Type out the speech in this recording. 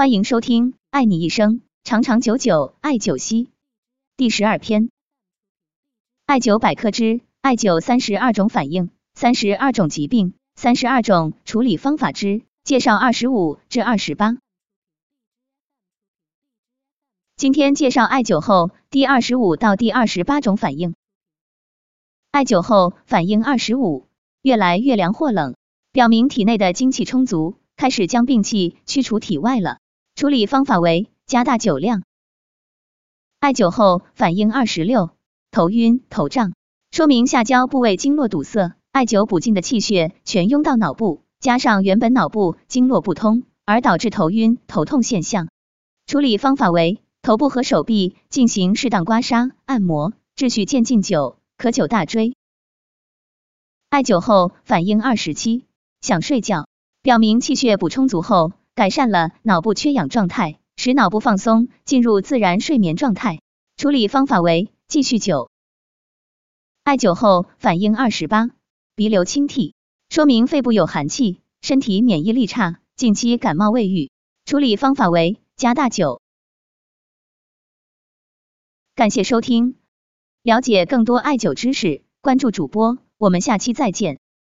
欢迎收听《爱你一生，长长久久艾灸烯》第12篇。艾灸百科之艾灸32种反应、32种疾病、32种处理方法之介绍25至28。今天介绍艾灸后第25到第28种反应。艾灸后反应25，越来越凉或冷，表明体内的精气充足，开始将病气驱除体外了。处理方法为加大灸量。艾灸后反应26，头晕头胀，说明下焦部位经络堵塞，艾灸补进的气血全涌到脑部，加上原本脑部经络不通，而导致头晕头痛现象。处理方法为头部和手臂进行适当刮痧按摩，秩序渐进灸，可灸大椎。艾灸后反应27，想睡觉，表明气血补充足后，改善了脑部缺氧状态，使脑部放松，进入自然睡眠状态。处理方法为继续灸。艾灸后反应28，鼻流清涕，说明肺部有寒气，身体免疫力差，近期感冒未愈。处理方法为加大灸。感谢收听，了解更多艾灸知识，关注主播，我们下期再见。